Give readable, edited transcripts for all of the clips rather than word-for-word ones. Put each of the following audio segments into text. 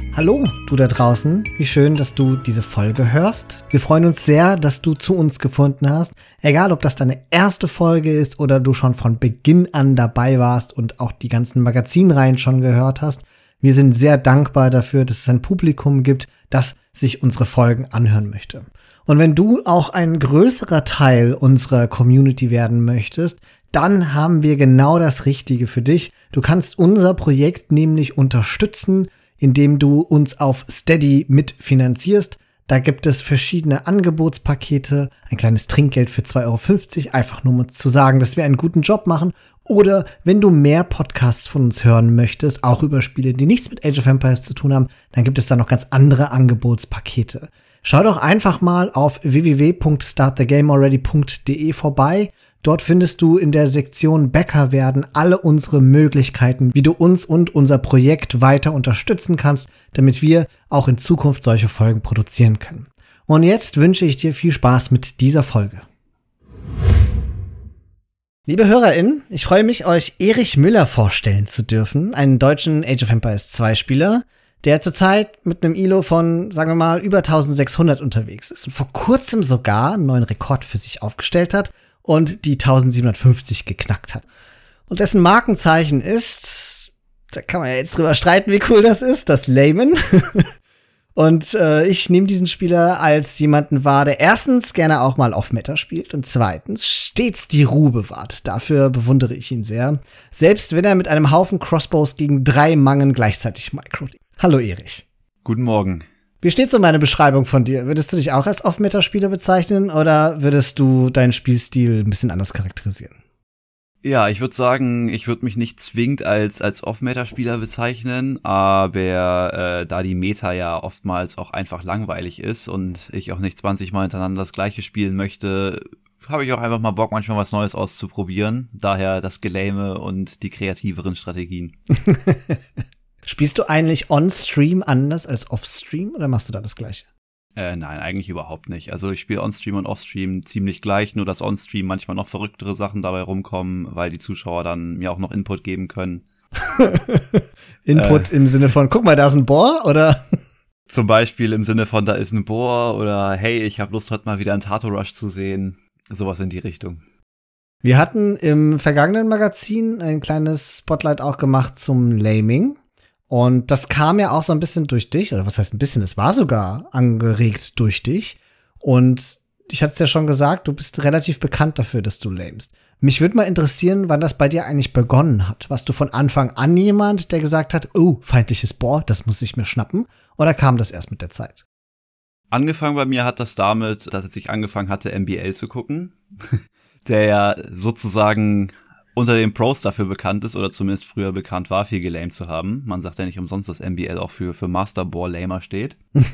Hallo, du da draußen. Wie schön, dass du diese Folge hörst. Wir freuen uns sehr, dass du zu uns gefunden hast. Egal, ob das deine erste Folge ist oder du schon von Beginn an dabei warst und auch die ganzen Magazinreihen schon gehört hast. Wir sind sehr dankbar dafür, dass es ein Publikum gibt, das sich unsere Folgen anhören möchte. Und wenn du auch ein größerer Teil unserer Community werden möchtest, dann haben wir genau das Richtige für dich. Du kannst unser Projekt nämlich unterstützen, indem du uns auf Steady mitfinanzierst. Da gibt es verschiedene Angebotspakete, ein kleines Trinkgeld für 2,50 €, einfach nur um uns zu sagen, dass wir einen guten Job machen. Oder wenn du mehr Podcasts von uns hören möchtest, auch über Spiele, die nichts mit Age of Empires zu tun haben, dann gibt es da noch ganz andere Angebotspakete. Schau doch einfach mal auf www.startthegamealready.de vorbei. Dort findest du in der Sektion Bäcker werden alle unsere Möglichkeiten, wie du uns und unser Projekt weiter unterstützen kannst, damit wir auch in Zukunft solche Folgen produzieren können. Und jetzt wünsche ich dir viel Spaß mit dieser Folge. Liebe HörerInnen, ich freue mich, euch Erich Müller vorstellen zu dürfen, einen deutschen Age of Empires 2 Spieler, der zurzeit mit einem Elo von, sagen wir mal, über 1600 unterwegs ist und vor kurzem sogar einen neuen Rekord für sich aufgestellt hat und die 1750 geknackt hat. Und dessen Markenzeichen ist, da kann man ja jetzt drüber streiten, wie cool das ist, das Layman. Und ich nehme diesen Spieler als jemanden wahr, der erstens gerne auch mal auf Meta spielt und zweitens stets die Ruhe bewahrt. Dafür bewundere ich ihn sehr. Selbst wenn er mit einem Haufen Crossbows gegen 3 Mangen gleichzeitig microleapt. Hallo Erich. Guten Morgen. Wie steht so meine Beschreibung von dir? Würdest du dich auch als Off-Meta-Spieler bezeichnen oder würdest du deinen Spielstil ein bisschen anders charakterisieren? Ja, ich würde sagen, ich würde mich nicht zwingend als Off-Meta-Spieler bezeichnen, aber da die Meta ja oftmals auch einfach langweilig ist und ich auch nicht 20 Mal hintereinander das gleiche spielen möchte, habe ich auch einfach mal Bock, manchmal was Neues auszuprobieren. Daher das Gelame und die kreativeren Strategien. Spielst du eigentlich on-stream anders als off-stream oder machst du da das Gleiche? Nein, eigentlich überhaupt nicht. Also ich spiele on-stream und off-stream ziemlich gleich, nur dass on-stream manchmal noch verrücktere Sachen dabei rumkommen, weil die Zuschauer dann mir auch noch Input geben können. Input im Sinne von, guck mal, da ist ein Bohr, oder? Zum Beispiel im Sinne von, da ist ein Bohr oder hey, ich habe Lust, heute mal wieder einen Tato Rush zu sehen. Sowas in die Richtung. Wir hatten im vergangenen Magazin ein kleines Spotlight auch gemacht zum Laming. Und das kam ja auch so ein bisschen durch dich, oder was heißt ein bisschen, es war sogar angeregt durch dich. Und ich hatte es ja schon gesagt, du bist relativ bekannt dafür, dass du lamest. Mich würde mal interessieren, wann das bei dir eigentlich begonnen hat. Warst du von Anfang an jemand, der gesagt hat, oh, feindliches Bohr, das muss ich mir schnappen? Oder kam das erst mit der Zeit? Angefangen bei mir hat das damit, dass ich angefangen hatte, MBL zu gucken. Der ja sozusagen unter den Pros dafür bekannt ist, oder zumindest früher bekannt war, viel gelamed zu haben. Man sagt ja nicht umsonst, dass MBL auch für Master Bore Lamer steht.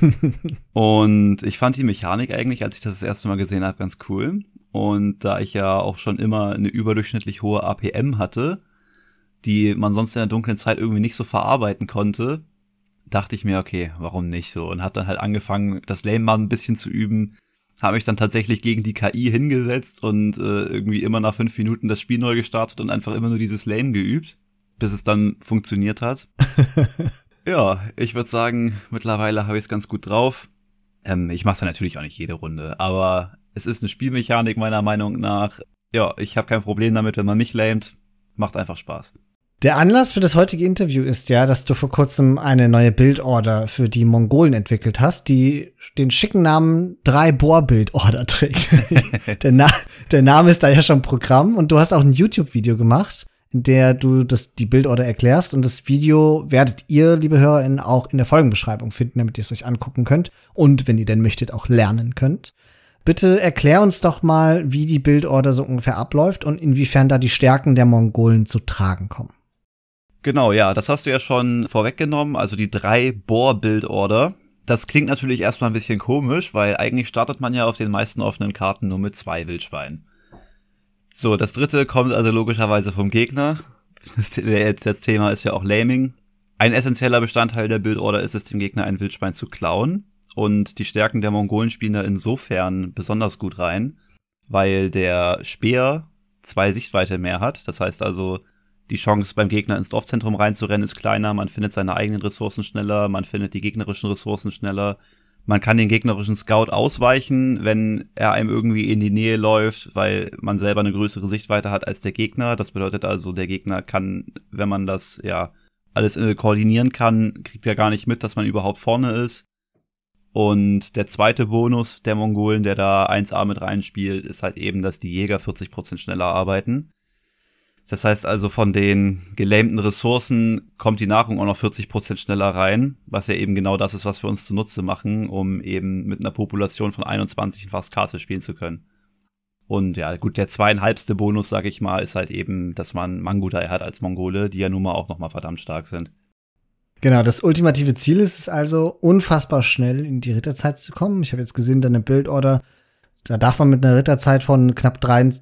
Und ich fand die Mechanik eigentlich, als ich das erste Mal gesehen habe, ganz cool. Und da ich ja auch schon immer eine überdurchschnittlich hohe APM hatte, die man sonst in der dunklen Zeit irgendwie nicht so verarbeiten konnte, dachte ich mir, okay, warum nicht so? Und hab dann halt angefangen, das Lame mal ein bisschen zu üben. Habe mich dann tatsächlich gegen die KI hingesetzt und irgendwie immer nach 5 Minuten das Spiel neu gestartet und einfach immer nur dieses Lame geübt, bis es dann funktioniert hat. Ja, ich würde sagen, mittlerweile habe ich es ganz gut drauf. Ich mache es ja natürlich auch nicht jede Runde, aber es ist eine Spielmechanik meiner Meinung nach. Ja, ich habe kein Problem damit, wenn man mich lamet. Macht einfach Spaß. Der Anlass für das heutige Interview ist ja, dass du vor kurzem eine neue Bildorder für die Mongolen entwickelt hast, die den schicken Namen 3-Bohr-Bildorder trägt. Der Name ist da ja schon Programm und du hast auch ein YouTube-Video gemacht, in der du die Bildorder erklärst und das Video werdet ihr, liebe HörerInnen, auch in der Folgenbeschreibung finden, damit ihr es euch angucken könnt und, wenn ihr denn möchtet, auch lernen könnt. Bitte erklär uns doch mal, wie die Bildorder so ungefähr abläuft und inwiefern da die Stärken der Mongolen zu tragen kommen. Genau, ja, das hast du ja schon vorweggenommen, also die 3-Bohr-Bildorder. Das klingt natürlich erstmal ein bisschen komisch, weil eigentlich startet man ja auf den meisten offenen Karten nur mit 2 Wildschweinen. So, das dritte kommt also logischerweise vom Gegner. Das Thema ist ja auch Laming. Ein essentieller Bestandteil der Bildorder ist es, dem Gegner ein Wildschwein zu klauen. Und die Stärken der Mongolen spielen da insofern besonders gut rein, weil der Speer 2 Sichtweite mehr hat. Das heißt also, Die Chance, beim Gegner ins Dorfzentrum reinzurennen, ist kleiner. Man findet seine eigenen Ressourcen schneller. Man findet die gegnerischen Ressourcen schneller. Man kann den gegnerischen Scout ausweichen, wenn er einem irgendwie in die Nähe läuft, weil man selber eine größere Sichtweite hat als der Gegner. Das bedeutet also, der Gegner kann, wenn man das alles koordinieren kann, kriegt er gar nicht mit, dass man überhaupt vorne ist. Und der zweite Bonus der Mongolen, der da 1A mit reinspielt, ist halt eben, dass die Jäger 40% schneller arbeiten. Das heißt also, von den gelähmten Ressourcen kommt die Nahrung auch noch 40% schneller rein, was ja eben genau das ist, was wir uns zunutze machen, um eben mit einer Population von 21 fast Castle spielen zu können. Und ja, gut, der 2,5. Bonus, sag ich mal, ist halt eben, dass man Mangudai hat als Mongole, die ja nun mal auch nochmal verdammt stark sind. Genau, das ultimative Ziel ist es also, unfassbar schnell in die Ritterzeit zu kommen. Ich habe jetzt gesehen, deine Build-Order, da darf man mit einer Ritterzeit von knapp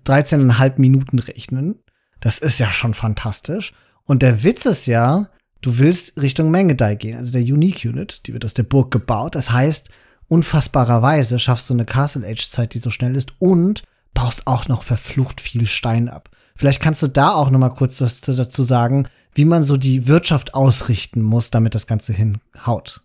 13,5 Minuten rechnen. Das ist ja schon fantastisch. Und der Witz ist ja, du willst Richtung Mangudai gehen, also der Unique Unit, die wird aus der Burg gebaut. Das heißt, unfassbarerweise schaffst du eine Castle Age Zeit, die so schnell ist und baust auch noch verflucht viel Stein ab. Vielleicht kannst du da auch noch mal kurz was dazu sagen, wie man so die Wirtschaft ausrichten muss, damit das Ganze hinhaut.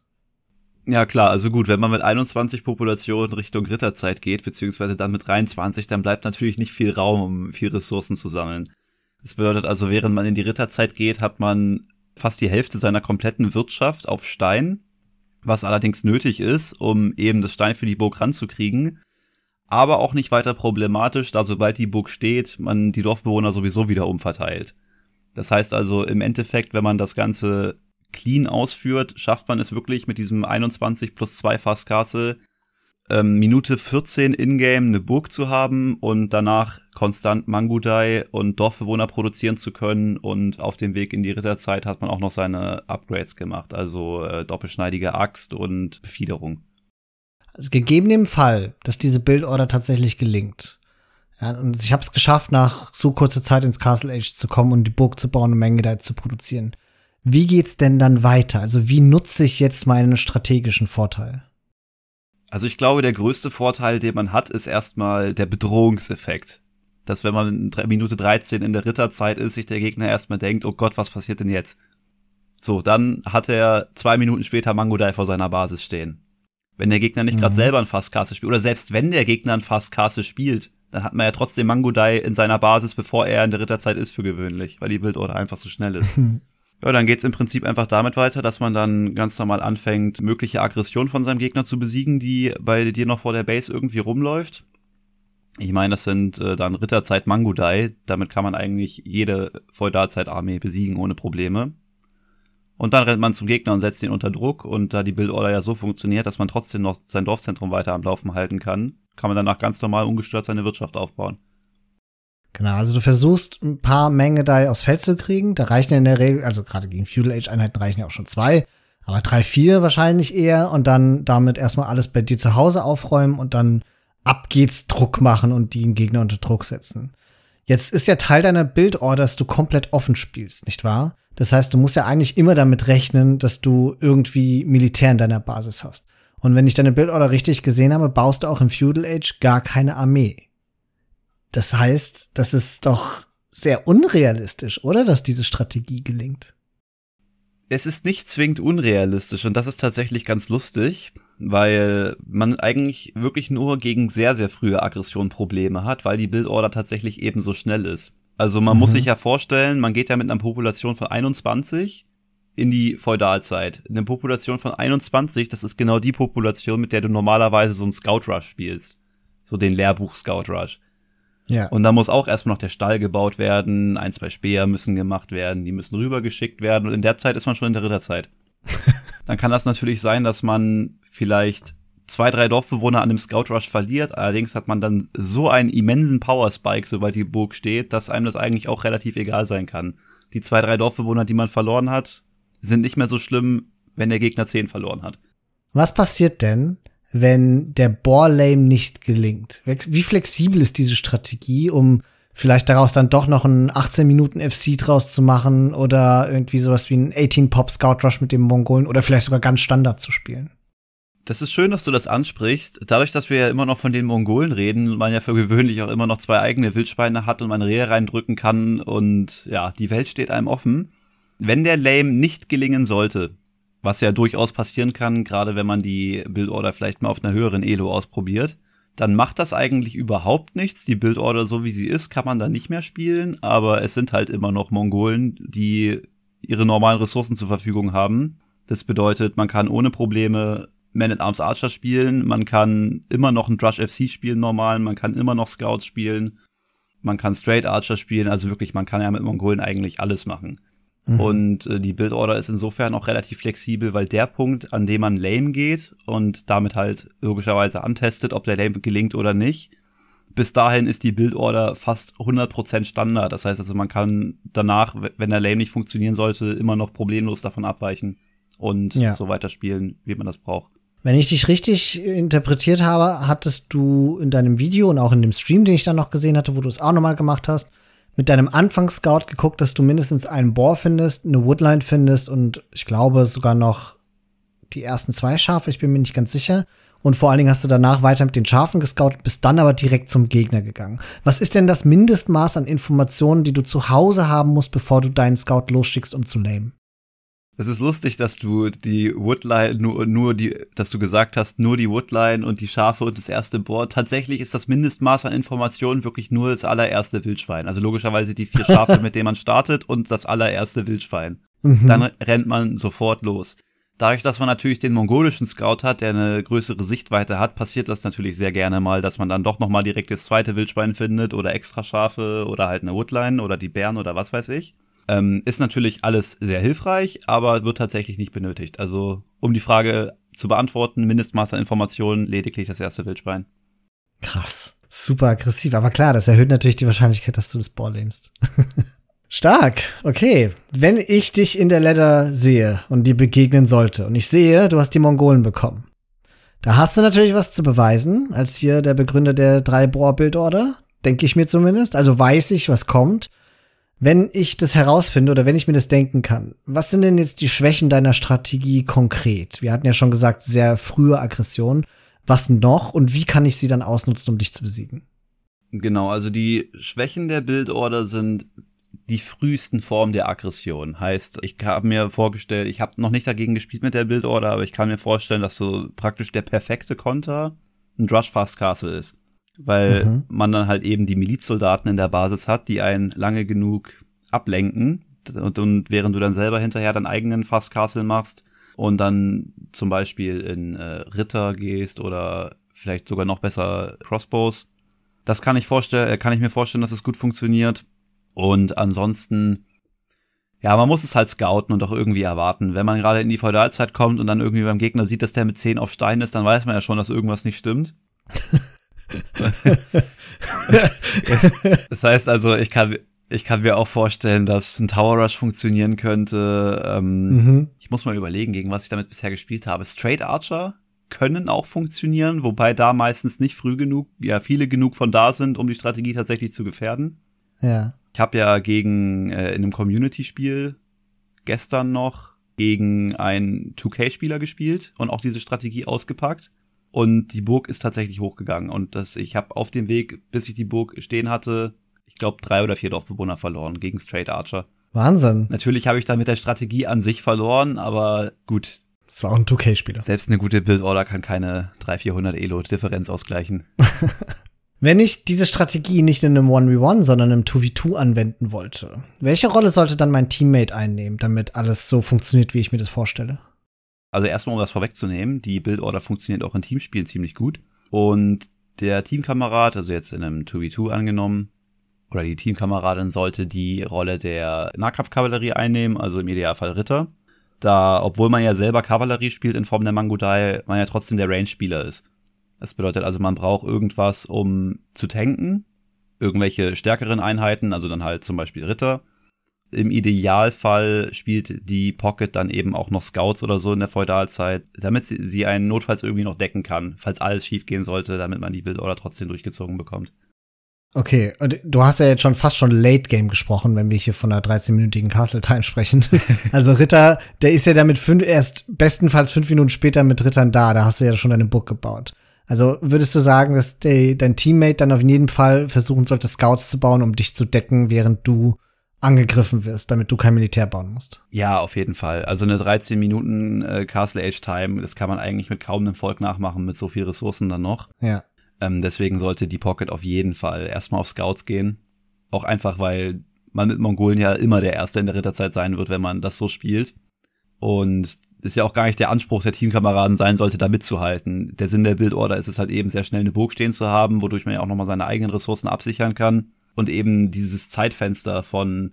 Ja klar, also gut, wenn man mit 21 Populationen Richtung Ritterzeit geht, beziehungsweise dann mit 23, dann bleibt natürlich nicht viel Raum, um viel Ressourcen zu sammeln. Das bedeutet also, während man in die Ritterzeit geht, hat man fast die Hälfte seiner kompletten Wirtschaft auf Stein, was allerdings nötig ist, um eben das Stein für die Burg ranzukriegen, aber auch nicht weiter problematisch, da sobald die Burg steht, man die Dorfbewohner sowieso wieder umverteilt. Das heißt also, im Endeffekt, wenn man das Ganze clean ausführt, schafft man es wirklich mit diesem 21 plus 2 Fast Castle Minute 14 in-game eine Burg zu haben und danach konstant Mangudai und Dorfbewohner produzieren zu können, und auf dem Weg in die Ritterzeit hat man auch noch seine Upgrades gemacht, also doppelschneidige Axt und Befiederung. Also gegeben dem Fall, dass diese Build-Order tatsächlich gelingt, ja, und ich habe es geschafft, nach so kurzer Zeit ins Castle Age zu kommen und die Burg zu bauen und Mangudai zu produzieren. Wie geht's denn dann weiter? Also wie nutze ich jetzt meinen strategischen Vorteil? Also ich glaube, der größte Vorteil, den man hat, ist erstmal der Bedrohungseffekt. Dass wenn man in Minute 13 in der Ritterzeit ist, sich der Gegner erstmal denkt, oh Gott, was passiert denn jetzt? So, dann hat er 2 Minuten später Mangudai vor seiner Basis stehen. Wenn der Gegner nicht gerade selber ein Fast Castle spielt, oder selbst wenn der Gegner ein Fast Castle spielt, dann hat man ja trotzdem Mangudai in seiner Basis, bevor er in der Ritterzeit ist, für gewöhnlich, weil die Build-Order einfach so schnell ist. Ja, dann geht's im Prinzip einfach damit weiter, dass man dann ganz normal anfängt, mögliche Aggression von seinem Gegner zu besiegen, die bei dir noch vor der Base irgendwie rumläuft. Ich meine, das sind dann Ritterzeit Mangudai. Damit kann man eigentlich jede Feudalzeit-Armee besiegen ohne Probleme. Und dann rennt man zum Gegner und setzt ihn unter Druck. Und da die Build-Order ja so funktioniert, dass man trotzdem noch sein Dorfzentrum weiter am Laufen halten kann man danach ganz normal ungestört seine Wirtschaft aufbauen. Genau, also du versuchst ein paar Mangudai aufs Feld zu kriegen. Da reichen in der Regel, also gerade gegen Feudal Age Einheiten reichen ja auch schon 2, aber 3, 4 wahrscheinlich eher, und dann damit erstmal alles bei dir zu Hause aufräumen und dann ab geht's, Druck machen und den Gegner unter Druck setzen. Jetzt ist ja Teil deiner Build-Order, dass du komplett offen spielst, nicht wahr? Das heißt, du musst ja eigentlich immer damit rechnen, dass du irgendwie Militär in deiner Basis hast. Und wenn ich deine Build-Order richtig gesehen habe, baust du auch im Feudal Age gar keine Armee. Das heißt, das ist doch sehr unrealistisch, oder? Dass diese Strategie gelingt. Es ist nicht zwingend unrealistisch, und das ist tatsächlich ganz lustig, weil man eigentlich wirklich nur gegen sehr, sehr frühe Aggression Probleme hat, weil die Build-Order tatsächlich eben so schnell ist. Also man muss sich ja vorstellen, man geht ja mit einer Population von 21 in die Feudalzeit. Eine Population von 21, das ist genau die Population, mit der du normalerweise so einen Scout Rush spielst. So den Lehrbuch Scout Rush. Ja. Und da muss auch erstmal noch der Stall gebaut werden, 1, 2 Speer müssen gemacht werden, die müssen rübergeschickt werden, und in der Zeit ist man schon in der Ritterzeit. Dann kann das natürlich sein, dass man vielleicht 2, 3 Dorfbewohner an dem Scout Rush verliert, allerdings hat man dann so einen immensen Power Spike, sobald die Burg steht, dass einem das eigentlich auch relativ egal sein kann. Die 2, 3 Dorfbewohner, die man verloren hat, sind nicht mehr so schlimm, wenn der Gegner 10 verloren hat. Was passiert denn, wenn der Boar-Lame nicht gelingt? Wie flexibel ist diese Strategie, um vielleicht daraus dann doch noch einen 18 Minuten FC draus zu machen oder irgendwie sowas wie einen 18-Pop Scout Rush mit dem Mongolen oder vielleicht sogar ganz Standard zu spielen? Das ist schön, dass du das ansprichst. Dadurch, dass wir ja immer noch von den Mongolen reden, man ja für gewöhnlich auch immer noch 2 eigene Wildschweine hat und man Rehe reindrücken kann und ja, die Welt steht einem offen. Wenn der Lame nicht gelingen sollte, was ja durchaus passieren kann, gerade wenn man die Build-Order vielleicht mal auf einer höheren Elo ausprobiert, dann macht das eigentlich überhaupt nichts. Die Build-Order, so wie sie ist, kann man da nicht mehr spielen, aber es sind halt immer noch Mongolen, die ihre normalen Ressourcen zur Verfügung haben. Das bedeutet, man kann ohne Probleme Man-at-Arms Archer spielen, man kann immer noch einen Drush FC spielen normal, man kann immer noch Scouts spielen, man kann Straight Archer spielen, also wirklich, man kann ja mit Mongolen eigentlich alles machen. Und die Build-Order ist insofern auch relativ flexibel, weil der Punkt, an dem man Lame geht und damit halt logischerweise antestet, ob der Lame gelingt oder nicht, bis dahin ist die Build-Order fast 100% Standard. Das heißt also, man kann danach, wenn der Lame nicht funktionieren sollte, immer noch problemlos davon abweichen und so weiterspielen, wie man das braucht. Wenn ich dich richtig interpretiert habe, hattest du in deinem Video und auch in dem Stream, den ich dann noch gesehen hatte, wo du es auch nochmal gemacht hast, mit deinem Anfangsscout geguckt, dass du mindestens einen Boar findest, eine Woodline findest und ich glaube sogar noch die ersten 2 Schafe, ich bin mir nicht ganz sicher. Und vor allen Dingen hast du danach weiter mit den Schafen gescoutet, bist dann aber direkt zum Gegner gegangen. Was ist denn das Mindestmaß an Informationen, die du zu Hause haben musst, bevor du deinen Scout losschickst, um zu lamen? Es ist lustig, dass du die Woodline, dass du gesagt hast, nur die Woodline und die Schafe und das erste Boar. Tatsächlich ist das Mindestmaß an Informationen wirklich nur das allererste Wildschwein. Also logischerweise die 4 Schafe, mit denen man startet und das allererste Wildschwein. Dann rennt man sofort los. Dadurch, dass man natürlich den mongolischen Scout hat, der eine größere Sichtweite hat, passiert das natürlich sehr gerne mal, dass man dann doch nochmal direkt das zweite Wildschwein findet oder extra Schafe oder halt eine Woodline oder die Bären oder was weiß ich. Ist natürlich alles sehr hilfreich, aber wird tatsächlich nicht benötigt. Also, um die Frage zu beantworten, Mindestmaß an Informationen, lediglich das erste Wildschwein. Krass. Super aggressiv. Aber klar, das erhöht natürlich die Wahrscheinlichkeit, dass du das Boar lähmst. Stark. Okay. Wenn ich dich in der Ladder sehe und dir begegnen sollte und ich sehe, du hast die Mongolen bekommen, da hast du natürlich was zu beweisen, als hier der Begründer der 3-Boar-Build-Order. Denke ich mir zumindest. Also weiß ich, was kommt. Wenn ich das herausfinde oder wenn ich mir das denken kann, was sind denn jetzt die Schwächen deiner Strategie konkret? Wir hatten ja schon gesagt, sehr frühe Aggression. Was noch und wie kann ich sie dann ausnutzen, um dich zu besiegen? Genau, also die Schwächen der Build-Order sind die frühesten Formen der Aggression. Heißt, ich habe mir vorgestellt, ich habe noch nicht dagegen gespielt mit der Build-Order, aber ich kann mir vorstellen, dass so praktisch der perfekte Konter ein Drush Fast Castle ist. Weil man dann halt eben die Milizsoldaten in der Basis hat, die einen lange genug ablenken und während du dann selber hinterher deinen eigenen Fast Castle machst und dann zum Beispiel in Ritter gehst oder vielleicht sogar noch besser Crossbows. Das kann ich mir vorstellen, dass es gut funktioniert. Und ansonsten, ja, man muss es halt scouten und auch irgendwie erwarten. Wenn man gerade in die Feudalzeit kommt und dann irgendwie beim Gegner sieht, dass der mit 10 auf Stein ist, dann weiß man ja schon, dass irgendwas nicht stimmt. Das heißt also, ich kann mir auch vorstellen, dass ein Tower Rush funktionieren könnte. Ich muss mal überlegen, gegen was ich damit bisher gespielt habe. Straight Archer können auch funktionieren, wobei da meistens nicht viele genug von da sind, um die Strategie tatsächlich zu gefährden. Ja. Ich habe ja in einem Community-Spiel gestern noch gegen einen 2K-Spieler gespielt und auch diese Strategie ausgepackt. Und die Burg ist tatsächlich hochgegangen. Und ich habe auf dem Weg, bis ich die Burg stehen hatte, ich glaube 3 oder 4 Dorfbewohner verloren gegen Straight Archer. Wahnsinn. Natürlich habe ich dann mit der Strategie an sich verloren, aber gut. Das war auch ein 2K-Spieler. Selbst eine gute Build-Order kann keine 300-400 Elo-Differenz ausgleichen. Wenn ich diese Strategie nicht in einem 1v1, sondern in einem 2v2 anwenden wollte, welche Rolle sollte dann mein Teammate einnehmen, damit alles so funktioniert, wie ich mir das vorstelle? Also erstmal, um das vorwegzunehmen, die Build-Order funktioniert auch in Teamspielen ziemlich gut. Und der Teamkamerad, also jetzt in einem 2v2 angenommen, oder die Teamkameradin sollte die Rolle der Nahkampfkavallerie einnehmen, also im Idealfall Ritter. Da, obwohl man ja selber Kavallerie spielt in Form der Mangudai, man ja trotzdem der Range-Spieler ist. Das bedeutet also, man braucht irgendwas, um zu tanken, irgendwelche stärkeren Einheiten, also dann halt zum Beispiel Ritter. Im Idealfall spielt die Pocket dann eben auch noch Scouts oder so in der Feudalzeit, damit sie einen notfalls irgendwie noch decken kann, falls alles schief gehen sollte, damit man die Build-Order trotzdem durchgezogen bekommt. Okay, und du hast ja jetzt schon fast schon Late Game gesprochen, wenn wir hier von einer 13-minütigen Castle Time sprechen. Also Ritter, der ist ja damit erst bestenfalls 5 Minuten später mit Rittern da hast du ja schon deine Burg gebaut. Also würdest du sagen, dass dein Teammate dann auf jeden Fall versuchen sollte, Scouts zu bauen, um dich zu decken, während du angegriffen wirst, damit du kein Militär bauen musst? Ja, auf jeden Fall. Also eine 13 Minuten Castle Age Time, das kann man eigentlich mit kaum einem Volk nachmachen, mit so viel Ressourcen dann noch. Ja. Deswegen sollte die Pocket auf jeden Fall erstmal auf Scouts gehen. Auch einfach, weil man mit Mongolen ja immer der Erste in der Ritterzeit sein wird, wenn man das so spielt. Und ist ja auch gar nicht der Anspruch der Teamkameraden sein sollte, da mitzuhalten. Der Sinn der Build-Order ist es halt eben, sehr schnell eine Burg stehen zu haben, wodurch man ja auch nochmal seine eigenen Ressourcen absichern kann. Und eben dieses Zeitfenster von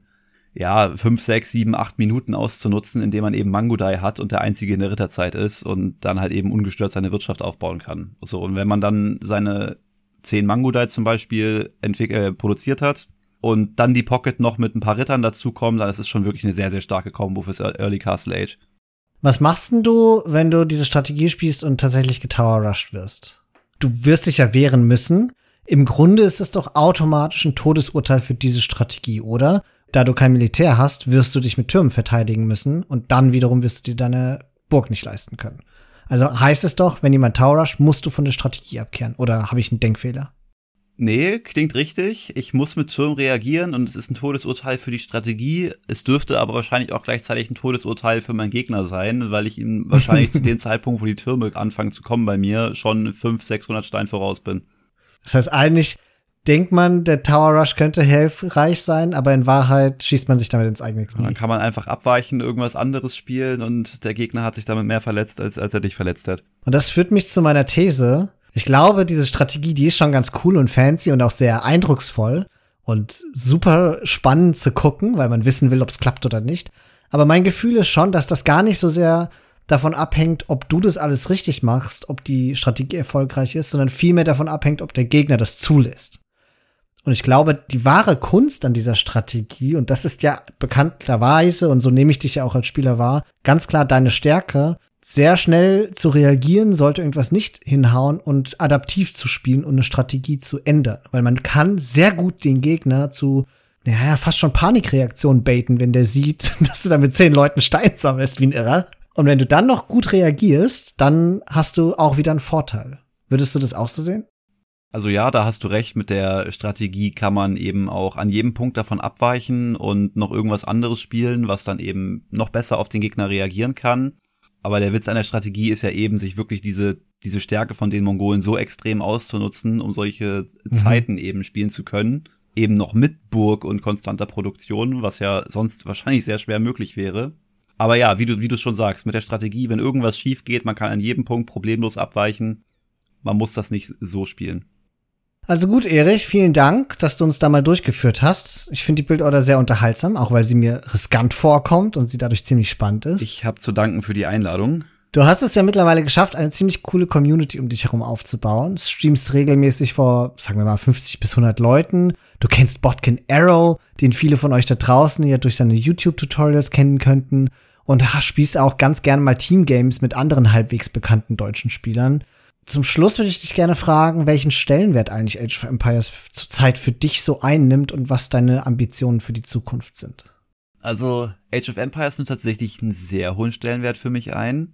5, 6, 7, 8 Minuten auszunutzen, indem man eben Mangudai hat und der Einzige in der Ritterzeit ist und dann halt eben ungestört seine Wirtschaft aufbauen kann. So, und wenn man dann seine 10 Mangudai zum Beispiel produziert hat und dann die Pocket noch mit ein paar Rittern dazukommen, dann ist es schon wirklich eine sehr, sehr starke Combo fürs Early Castle Age. Was machst denn du, wenn du diese Strategie spielst und tatsächlich getower-rushed wirst? Du wirst dich ja wehren müssen. Im Grunde ist es doch automatisch ein Todesurteil für diese Strategie, oder? Da du kein Militär hast, wirst du dich mit Türmen verteidigen müssen und dann wiederum wirst du dir deine Burg nicht leisten können. Also heißt es doch, wenn jemand Tower rusht, musst du von der Strategie abkehren. Oder habe ich einen Denkfehler? Nee, klingt richtig. Ich muss mit Türmen reagieren und es ist ein Todesurteil für die Strategie. Es dürfte aber wahrscheinlich auch gleichzeitig ein Todesurteil für meinen Gegner sein, weil ich ihm wahrscheinlich zu dem Zeitpunkt, wo die Türme anfangen zu kommen bei mir, schon 500, 600 Stein voraus bin. Das heißt, eigentlich denkt man, der Tower Rush könnte hilfreich sein, aber in Wahrheit schießt man sich damit ins eigene Knie. Dann kann man einfach abweichen, irgendwas anderes spielen und der Gegner hat sich damit mehr verletzt, als er dich verletzt hat. Und das führt mich zu meiner These. Ich glaube, diese Strategie, die ist schon ganz cool und fancy und auch sehr eindrucksvoll und super spannend zu gucken, weil man wissen will, ob es klappt oder nicht. Aber mein Gefühl ist schon, dass das gar nicht so sehr davon abhängt, ob du das alles richtig machst, ob die Strategie erfolgreich ist, sondern vielmehr davon abhängt, ob der Gegner das zulässt. Und ich glaube, die wahre Kunst an dieser Strategie, und das ist ja bekannterweise, und so nehme ich dich ja auch als Spieler wahr, ganz klar deine Stärke, sehr schnell zu reagieren, sollte irgendwas nicht hinhauen und adaptiv zu spielen und eine Strategie zu ändern. Weil man kann sehr gut den Gegner zu, fast schon Panikreaktionen baiten, wenn der sieht, dass du da mit 10 Leuten Stein sammelst wie ein Irrer. Und wenn du dann noch gut reagierst, dann hast du auch wieder einen Vorteil. Würdest du das auch so sehen? Also ja, da hast du recht, mit der Strategie kann man eben auch an jedem Punkt davon abweichen und noch irgendwas anderes spielen, was dann eben noch besser auf den Gegner reagieren kann. Aber der Witz an der Strategie ist ja eben, sich wirklich diese Stärke von den Mongolen so extrem auszunutzen, um solche Zeiten eben spielen zu können. Eben noch mit Burg und konstanter Produktion, was ja sonst wahrscheinlich sehr schwer möglich wäre. Aber ja, wie du schon sagst, mit der Strategie, wenn irgendwas schief geht, man kann an jedem Punkt problemlos abweichen. Man muss das nicht so spielen. Also gut, Erich, vielen Dank, dass du uns da mal durchgeführt hast. Ich finde die Build-Order sehr unterhaltsam, auch weil sie mir riskant vorkommt und sie dadurch ziemlich spannend ist. Ich habe zu danken für die Einladung. Du hast es ja mittlerweile geschafft, eine ziemlich coole Community um dich herum aufzubauen. Streamst regelmäßig vor, sagen wir mal, 50 bis 100 Leuten. Du kennst Botkin Arrow, den viele von euch da draußen ja durch seine YouTube-Tutorials kennen könnten. Und spielst auch ganz gerne mal Teamgames mit anderen halbwegs bekannten deutschen Spielern. Zum Schluss würde ich dich gerne fragen, welchen Stellenwert eigentlich Age of Empires zurzeit für dich so einnimmt und was deine Ambitionen für die Zukunft sind. Also Age of Empires nimmt tatsächlich einen sehr hohen Stellenwert für mich ein,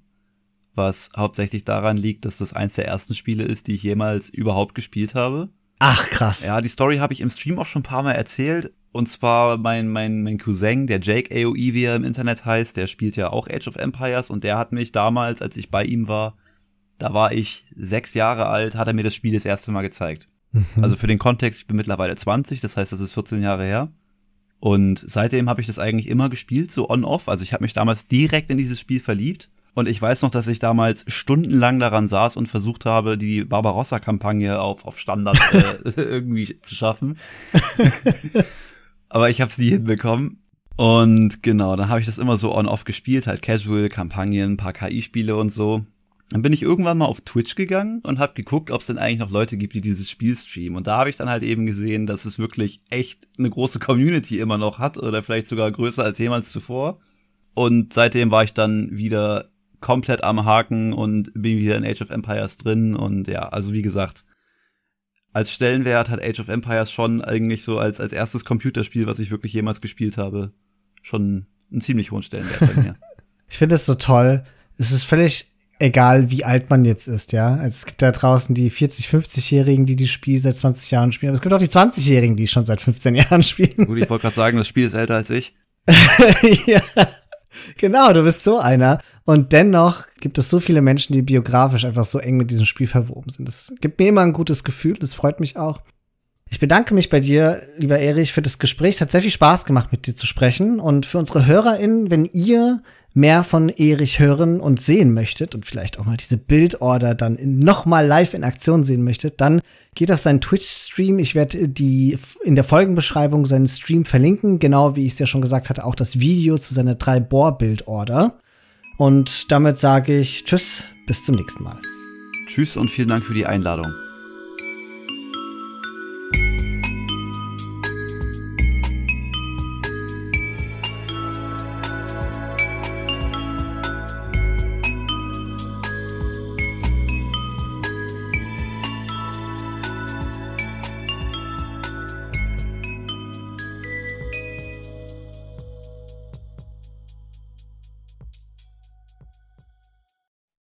was hauptsächlich daran liegt, dass das eins der ersten Spiele ist, die ich jemals überhaupt gespielt habe. Ach, krass. Ja, die Story habe ich im Stream auch schon ein paar Mal erzählt. Und zwar mein Cousin, der Jake AOE, wie er im Internet heißt, der spielt ja auch Age of Empires und der hat mich damals, als ich bei ihm war, da war ich 6 Jahre alt, hat er mir das Spiel das erste Mal gezeigt. Also für den Kontext, ich bin mittlerweile 20, das heißt, das ist 14 Jahre her. Und seitdem habe ich das eigentlich immer gespielt, so on-off. Also ich habe mich damals direkt in dieses Spiel verliebt. Und ich weiß noch, dass ich damals stundenlang daran saß und versucht habe, die Barbarossa-Kampagne auf Standard irgendwie zu schaffen. Aber ich habe es nie hinbekommen. Und genau, dann habe ich das immer so on-off gespielt, halt Casual-Kampagnen, ein paar KI-Spiele und so. Dann bin ich irgendwann mal auf Twitch gegangen und habe geguckt, ob es denn eigentlich noch Leute gibt, die dieses Spiel streamen. Und da habe ich dann halt eben gesehen, dass es wirklich echt eine große Community immer noch hat oder vielleicht sogar größer als jemals zuvor. Und seitdem war ich dann wieder komplett am Haken und bin wieder in Age of Empires drin. Und ja, also wie gesagt, als Stellenwert hat Age of Empires schon eigentlich so als erstes Computerspiel, was ich wirklich jemals gespielt habe, schon einen ziemlich hohen Stellenwert bei mir. Ich finde es so toll. Es ist völlig egal, wie alt man jetzt ist, ja. Also es gibt da draußen die 40-, 50-Jährigen, die Spiel seit 20 Jahren spielen. Aber es gibt auch die 20-Jährigen, die schon seit 15 Jahren spielen. Gut, ich wollte gerade sagen, das Spiel ist älter als ich. Ja, genau, du bist so einer. Und dennoch gibt es so viele Menschen, die biografisch einfach so eng mit diesem Spiel verwoben sind. Das gibt mir immer ein gutes Gefühl, das freut mich auch. Ich bedanke mich bei dir, lieber Erich, für das Gespräch. Es hat sehr viel Spaß gemacht, mit dir zu sprechen. Und für unsere HörerInnen, wenn ihr mehr von Erich hören und sehen möchtet und vielleicht auch mal diese Bildorder dann noch mal live in Aktion sehen möchtet, dann geht auf seinen Twitch-Stream. Ich werde in der Folgenbeschreibung seinen Stream verlinken, genau wie ich es ja schon gesagt hatte, auch das Video zu seiner 3-Bohr-Bildorder. Und damit sage ich Tschüss, bis zum nächsten Mal. Tschüss und vielen Dank für die Einladung.